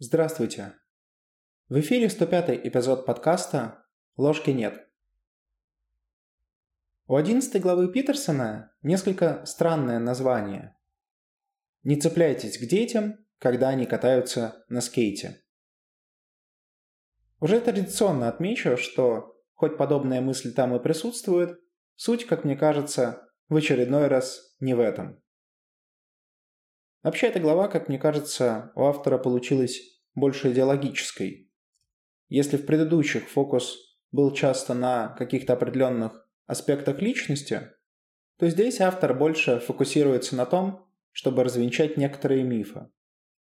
Здравствуйте! В эфире 105-й эпизод подкаста «Ложки нет». У 11 главы Питерсона несколько странное название. «Не цепляйтесь к детям, когда они катаются на скейте». Уже традиционно отмечу, что, хоть подобная мысль там и присутствует, суть, как мне кажется, в очередной раз не в этом. Вообще, эта глава, как мне кажется, у автора получилась больше идеологической. Если в предыдущих фокус был часто на каких-то определенных аспектах личности, то здесь автор больше фокусируется на том, чтобы развенчать некоторые мифы.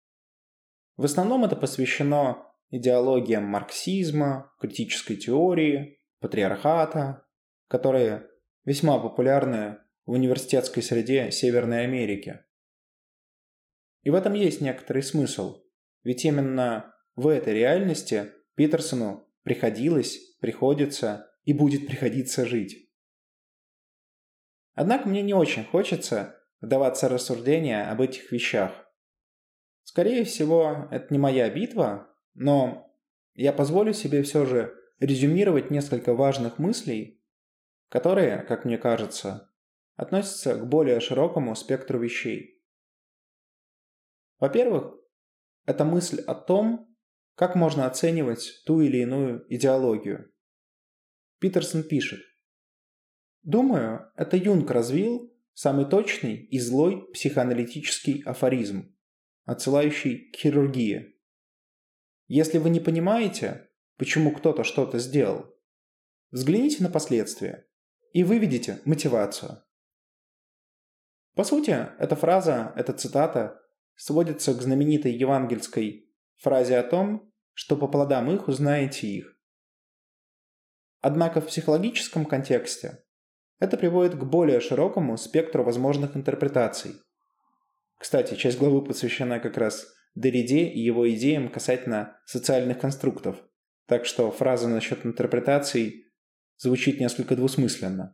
В основном это посвящено идеологиям марксизма, критической теории, патриархата, которые весьма популярны в университетской среде Северной Америки. И в этом есть некоторый смысл, ведь именно в этой реальности Питерсону приходится и будет приходиться жить. Однако мне не очень хочется вдаваться в рассуждения об этих вещах. Скорее всего, это не моя битва, но я позволю себе все же резюмировать несколько важных мыслей, которые, как мне кажется, относятся к более широкому спектру вещей. Во-первых, это мысль о том, как можно оценивать ту или иную идеологию. Питерсон пишет: «Думаю, это Юнг развил самый точный и злой психоаналитический афоризм, отсылающий к хирургии. Если вы не понимаете, почему кто-то что-то сделал, взгляните на последствия и выведите мотивацию». По сути, эта цитата сводится к знаменитой евангельской фразе о том, что по плодам их узнаете их. Однако в психологическом контексте это приводит к более широкому спектру возможных интерпретаций. Кстати, часть главы посвящена как раз Дерриде и его идеям касательно социальных конструктов, так что фраза насчет интерпретаций звучит несколько двусмысленно.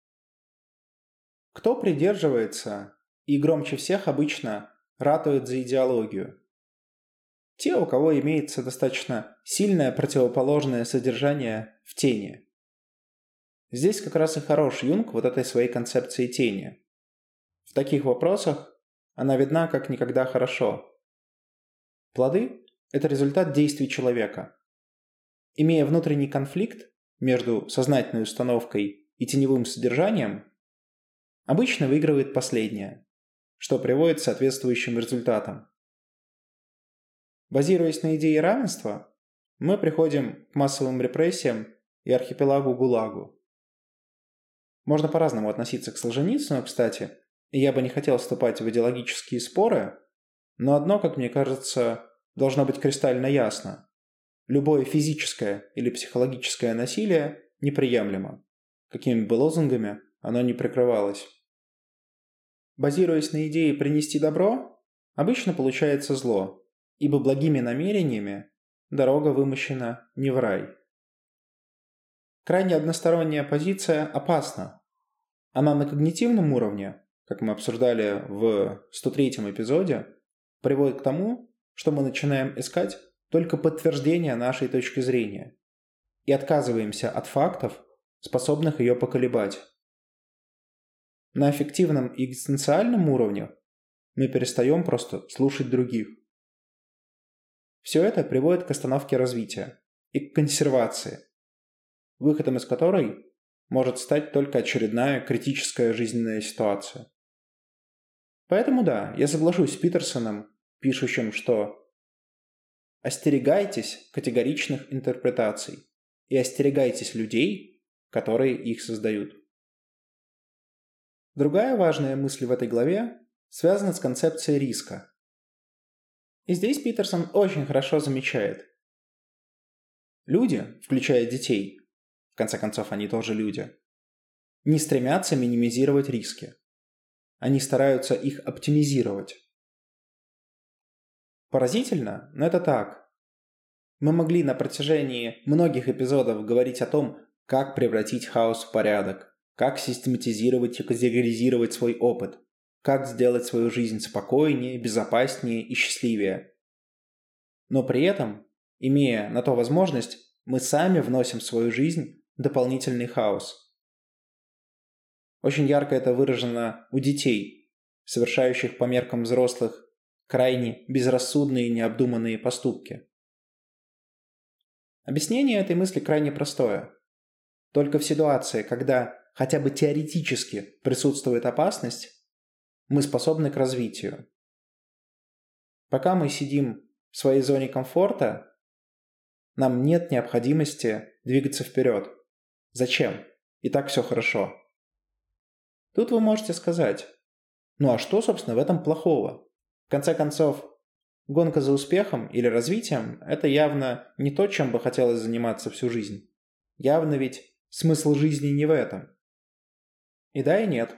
Кто придерживается и громче всех обычно ратует за идеологию? Те, у кого имеется достаточно сильное противоположное содержание в тени. Здесь как раз и хорош Юнг вот этой своей концепции тени. В таких вопросах она видна как никогда хорошо. Плоды – это результат действий человека. Имея внутренний конфликт между сознательной установкой и теневым содержанием, обычно выигрывает последнее, что приводит к соответствующим результатам. Базируясь на идее равенства, мы приходим к массовым репрессиям и архипелагу ГУЛАГу. Можно по-разному относиться к Солженицыну, кстати, и я бы не хотел вступать в идеологические споры, но одно, как мне кажется, должно быть кристально ясно. Любое физическое или психологическое насилие неприемлемо, какими бы лозунгами оно ни прикрывалось. Базируясь на идее принести добро, обычно получается зло, ибо благими намерениями дорога вымощена не в рай. Крайне односторонняя позиция опасна. Она на когнитивном уровне, как мы обсуждали в 103-м эпизоде, приводит к тому, что мы начинаем искать только подтверждение нашей точки зрения и отказываемся от фактов, способных ее поколебать. На аффективном и экзистенциальном уровне мы перестаем просто слушать других. Все это приводит к остановке развития и к консервации, выходом из которой может стать только очередная критическая жизненная ситуация. Поэтому да, я соглашусь с Питерсоном, пишущим, что остерегайтесь категоричных интерпретаций и остерегайтесь людей, которые их создают. Другая важная мысль в этой главе связана с концепцией риска. И здесь Питерсон очень хорошо замечает. Люди, включая детей, в конце концов они тоже люди, не стремятся минимизировать риски. Они стараются их оптимизировать. Поразительно, но это так. Мы могли на протяжении многих эпизодов говорить о том, как превратить хаос в порядок, как систематизировать и категоризировать свой опыт, как сделать свою жизнь спокойнее, безопаснее и счастливее. но при этом, имея на то возможность, мы сами вносим в свою жизнь дополнительный хаос. Очень ярко это выражено у детей, совершающих по меркам взрослых крайне безрассудные и необдуманные поступки. Объяснение этой мысли крайне простое. Только в ситуации, когда хотя бы теоретически присутствует опасность, мы способны к развитию. Пока мы сидим в своей зоне комфорта, нам нет необходимости двигаться вперед. Зачем? И так все хорошо. Тут вы можете сказать, ну а что, собственно, в этом плохого? В конце концов, гонка за успехом или развитием – это явно не то, чем бы хотелось заниматься всю жизнь. Явно ведь смысл жизни не в этом. И да, и нет.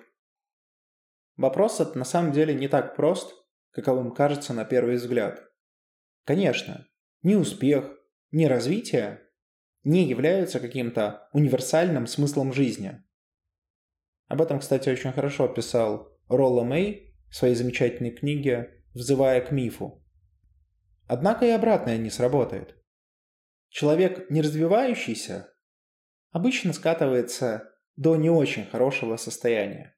Вопрос этот на самом деле не так прост, каковым кажется на первый взгляд. Конечно, ни успех, ни развитие не являются каким-то универсальным смыслом жизни. Об этом, кстати, очень хорошо писал Ролло Мэй в своей замечательной книге «Взывая к мифу». Однако и обратное не сработает. Человек, не развивающийся, обычно скатывается до не очень хорошего состояния.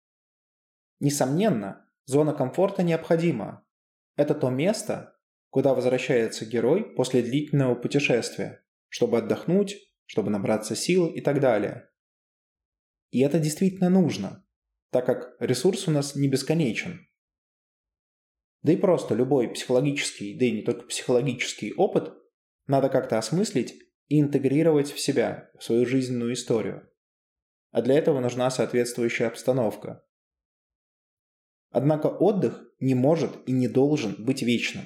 Несомненно, зона комфорта необходима. Это то место, куда возвращается герой после длительного путешествия, чтобы отдохнуть, чтобы набраться сил и так далее. И это действительно нужно, так как ресурс у нас не бесконечен. Да и просто любой психологический, да и не только психологический опыт надо как-то осмыслить и интегрировать в себя, в свою жизненную историю. А для этого нужна соответствующая обстановка. Однако отдых не может и не должен быть вечным.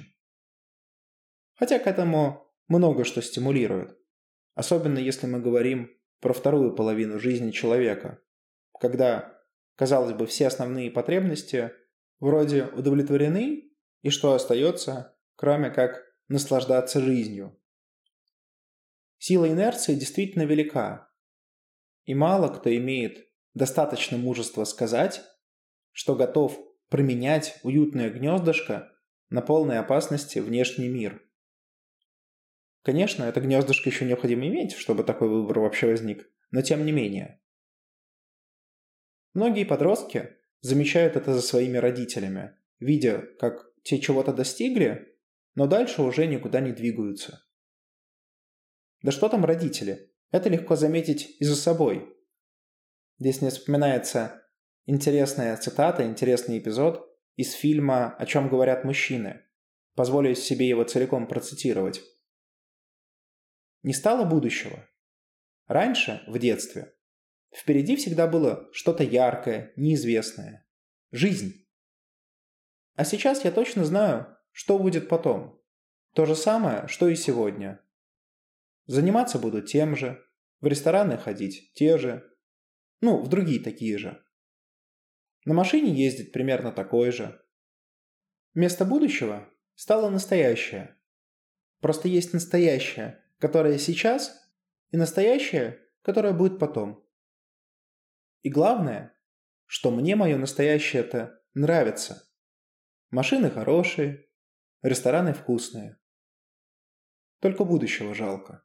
Хотя к этому много что стимулирует. Особенно если мы говорим про вторую половину жизни человека, когда, казалось бы, все основные потребности вроде удовлетворены, и что остается, кроме как наслаждаться жизнью. Сила инерции действительно велика, и мало кто имеет достаточно мужества сказать, что готов променять уютное гнездышко на полной опасности внешний мир. Конечно, это гнездышко еще необходимо иметь, чтобы такой выбор вообще возник, но тем не менее. Многие подростки замечают это за своими родителями, видя, как те чего-то достигли, но дальше уже никуда не двигаются. Да что там родители? Это легко заметить и за собой. Здесь мне вспоминается интересная цитата, интересный эпизод из фильма «О чем говорят мужчины». Позволю себе его целиком процитировать. Не стало будущего. Раньше, в детстве, впереди всегда было что-то яркое, неизвестное. Жизнь. А сейчас я точно знаю, что будет потом. То же самое, что и сегодня. Заниматься буду тем же, в рестораны ходить те же, в другие такие же. На машине ездить примерно такой же. Вместо будущего стало настоящее. Просто есть настоящее, которое сейчас, и настоящее, которое будет потом. И главное, что мне мое настоящее-то нравится. Машины хорошие, рестораны вкусные. Только будущего жалко.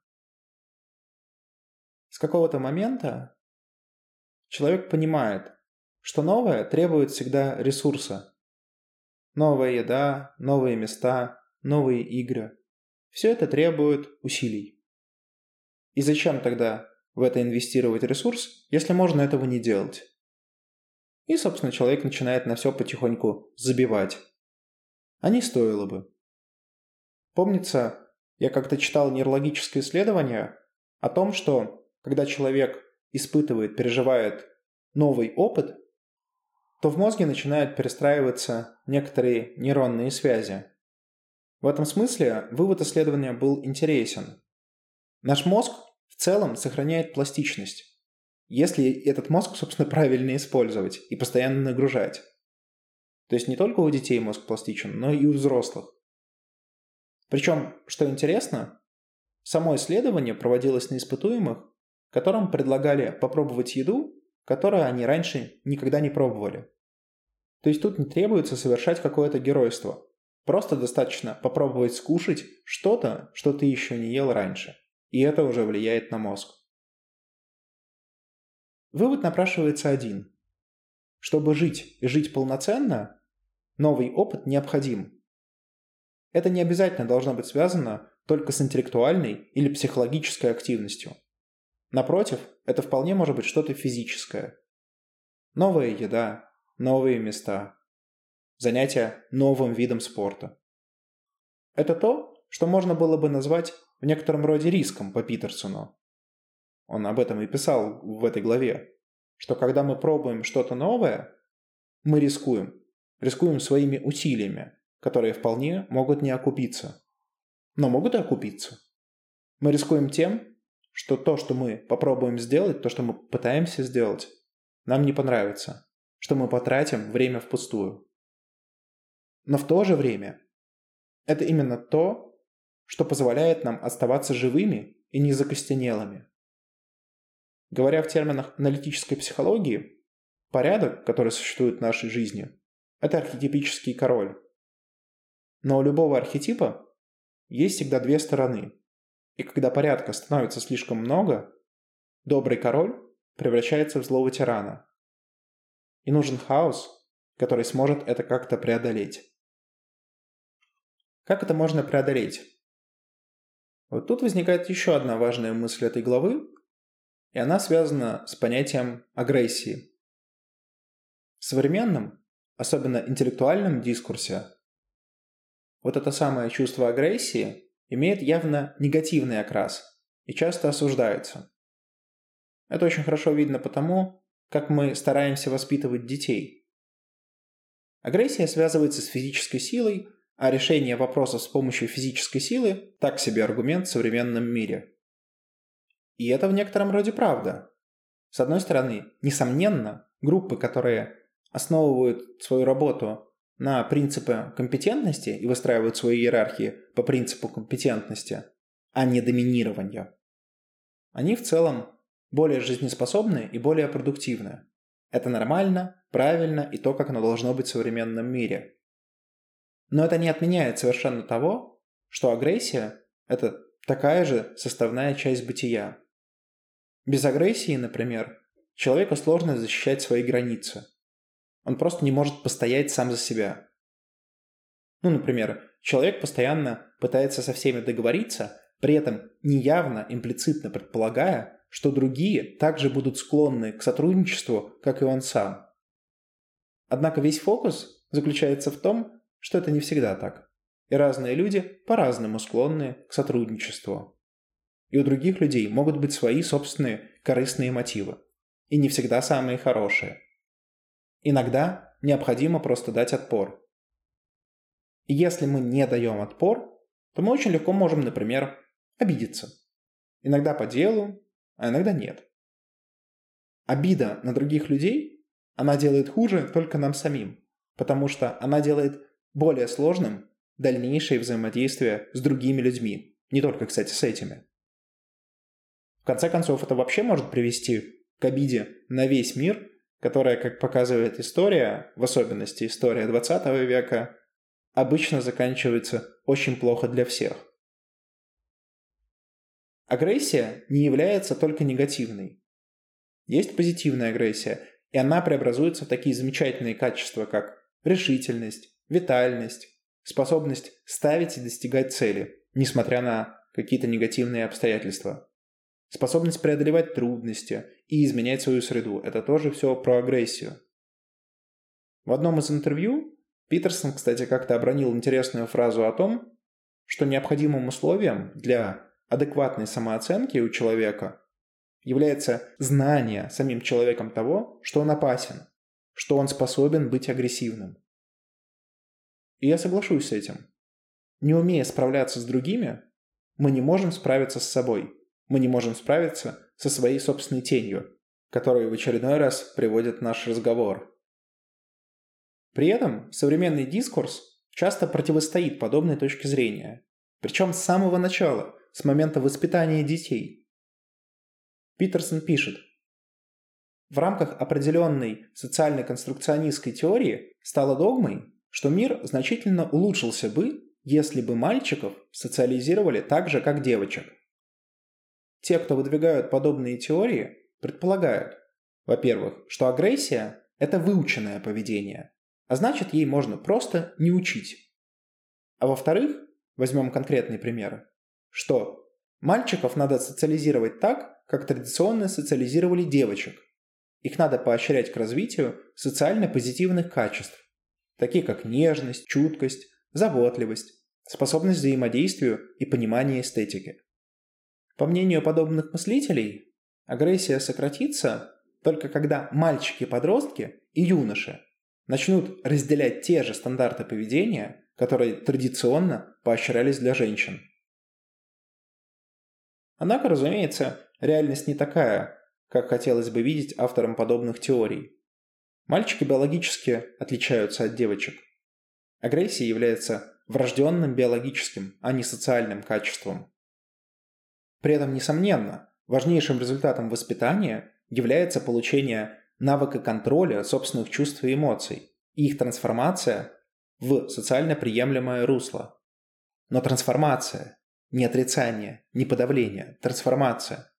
С какого-то момента человек понимает, что новое требует всегда ресурса. Новая еда, новые места, новые игры. Все это требует усилий. И зачем тогда в это инвестировать ресурс, если можно этого не делать? И, собственно, человек начинает на все потихоньку забивать. А не стоило бы. Помнится, я как-то читал нейрологическое исследование о том, что когда человек испытывает, переживает новый опыт, то в мозге начинают перестраиваться некоторые нейронные связи. В этом смысле вывод исследования был интересен. Наш мозг в целом сохраняет пластичность, если этот мозг, собственно, правильно использовать и постоянно нагружать. То есть не только у детей мозг пластичен, но и у взрослых. Причем, что интересно, само исследование проводилось на испытуемых, которым предлагали попробовать еду, которую они раньше никогда не пробовали. То есть тут не требуется совершать какое-то геройство. Просто достаточно попробовать скушать что-то, что ты еще не ел раньше. И это уже влияет на мозг. Вывод напрашивается один. Чтобы жить и жить полноценно, новый опыт необходим. Это не обязательно должно быть связано только с интеллектуальной или психологической активностью. Напротив, это вполне может быть что-то физическое. Новая еда, новые места, занятия новым видом спорта. Это то, что можно было бы назвать в некотором роде риском по Питерсону. Он об этом и писал в этой главе, что когда мы пробуем что-то новое, мы рискуем своими усилиями, которые вполне могут не окупиться. Но могут и окупиться. Мы рискуем тем, что то, что мы попробуем сделать, то, что мы пытаемся сделать, нам не понравится, что мы потратим время впустую. Но в то же время это именно то, что позволяет нам оставаться живыми и не закостенелыми. Говоря в терминах аналитической психологии, порядок, который существует в нашей жизни, это архетипический король. Но у любого архетипа есть всегда две стороны. И когда порядка становится слишком много, добрый король превращается в злого тирана. И нужен хаос, который сможет это как-то преодолеть. Как это можно преодолеть? Вот тут возникает еще одна важная мысль этой главы, и она связана с понятием агрессии. В современном, особенно интеллектуальном дискурсе, вот это самое чувство агрессии имеет явно негативный окрас и часто осуждается. Это очень хорошо видно потому, как мы стараемся воспитывать детей. Агрессия связывается с физической силой, а решение вопросов с помощью физической силы – так себе аргумент в современном мире. И это в некотором роде правда. С одной стороны, несомненно, группы, которые основывают свою работу на принципы компетентности и выстраивают свои иерархии по принципу компетентности, а не доминирования, они в целом более жизнеспособны и более продуктивны. Это нормально, правильно и то, как оно должно быть в современном мире. Но это не отменяет совершенно того, что агрессия – это такая же составная часть бытия. Без агрессии, например, человеку сложно защищать свои границы. Он просто не может постоять сам за себя. Например, человек постоянно пытается со всеми договориться, при этом неявно, имплицитно предполагая, что другие также будут склонны к сотрудничеству, как и он сам. Однако весь фокус заключается в том, что это не всегда так. И разные люди по-разному склонны к сотрудничеству. И у других людей могут быть свои собственные корыстные мотивы. И не всегда самые хорошие. Иногда необходимо просто дать отпор. И если мы не даем отпор, то мы очень легко можем, например, обидеться. Иногда по делу, а иногда нет. Обида на других людей, она делает хуже только нам самим, потому что она делает более сложным дальнейшее взаимодействие с другими людьми, не только, кстати, с этими. В конце концов, это вообще может привести к обиде на весь мир, которая, как показывает история, в особенности история 20 века, обычно заканчивается очень плохо для всех. Агрессия не является только негативной. Есть позитивная агрессия, и она преобразуется в такие замечательные качества, как решительность, витальность, способность ставить и достигать цели, несмотря на какие-то негативные обстоятельства. Способность преодолевать трудности и изменять свою среду – это тоже все про агрессию. В одном из интервью Питерсон, кстати, как-то обронил интересную фразу о том, что необходимым условием для адекватной самооценки у человека является знание самим человеком того, что он опасен, что он способен быть агрессивным. И я соглашусь с этим. Не умея справляться с другими, мы не можем справиться с собой. Мы не можем справиться со своей собственной тенью, которая в очередной раз приводит наш разговор. При этом современный дискурс часто противостоит подобной точке зрения, причем с самого начала, с момента воспитания детей. Питерсон пишет: в рамках определенной социально-конструкционистской теории стало догмой, что мир значительно улучшился бы, если бы мальчиков социализировали так же, как девочек. Те, кто выдвигают подобные теории, предполагают, во-первых, что агрессия – это выученное поведение, а значит, ей можно просто не учить. А во-вторых, возьмем конкретный пример, что мальчиков надо социализировать так, как традиционно социализировали девочек. Их надо поощрять к развитию социально позитивных качеств, такие как нежность, чуткость, заботливость, способность к взаимодействию и понимание эстетики. По мнению подобных мыслителей, агрессия сократится только когда мальчики-подростки и юноши начнут разделять те же стандарты поведения, которые традиционно поощрялись для женщин. Однако, разумеется, реальность не такая, как хотелось бы видеть авторам подобных теорий. Мальчики биологически отличаются от девочек. Агрессия является врожденным биологическим, а не социальным качеством. При этом, несомненно, важнейшим результатом воспитания является получение навыка контроля собственных чувств и эмоций и их трансформация в социально приемлемое русло. Но трансформация, не отрицание, не подавление, трансформация.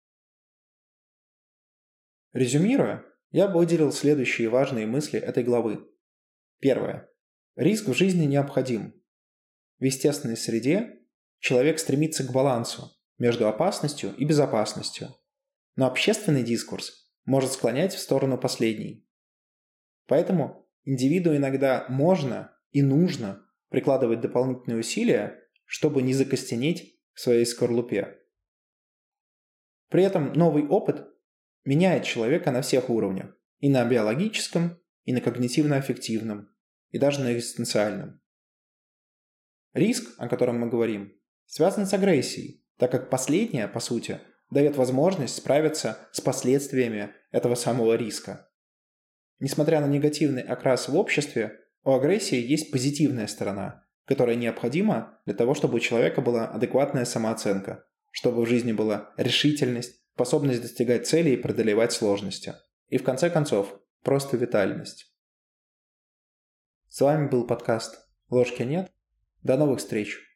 Резюмируя, я бы выделил следующие важные мысли этой главы. Первое. Риск в жизни необходим. В естественной среде человек стремится к балансу между опасностью и безопасностью, но общественный дискурс может склонять в сторону последней. Поэтому индивиду иногда можно и нужно прикладывать дополнительные усилия, чтобы не закостенеть в своей скорлупе. При этом новый опыт меняет человека на всех уровнях, и на биологическом, и на когнитивно-аффективном, и даже на экзистенциальном. Риск, о котором мы говорим, связан с агрессией, так как последняя, по сути, дает возможность справиться с последствиями этого самого риска. Несмотря на негативный окрас в обществе, у агрессии есть позитивная сторона, которая необходима для того, чтобы у человека была адекватная самооценка, чтобы в жизни была решительность, способность достигать целей и преодолевать сложности. И в конце концов, просто витальность. С вами был подкаст «Ложки нет». До новых встреч!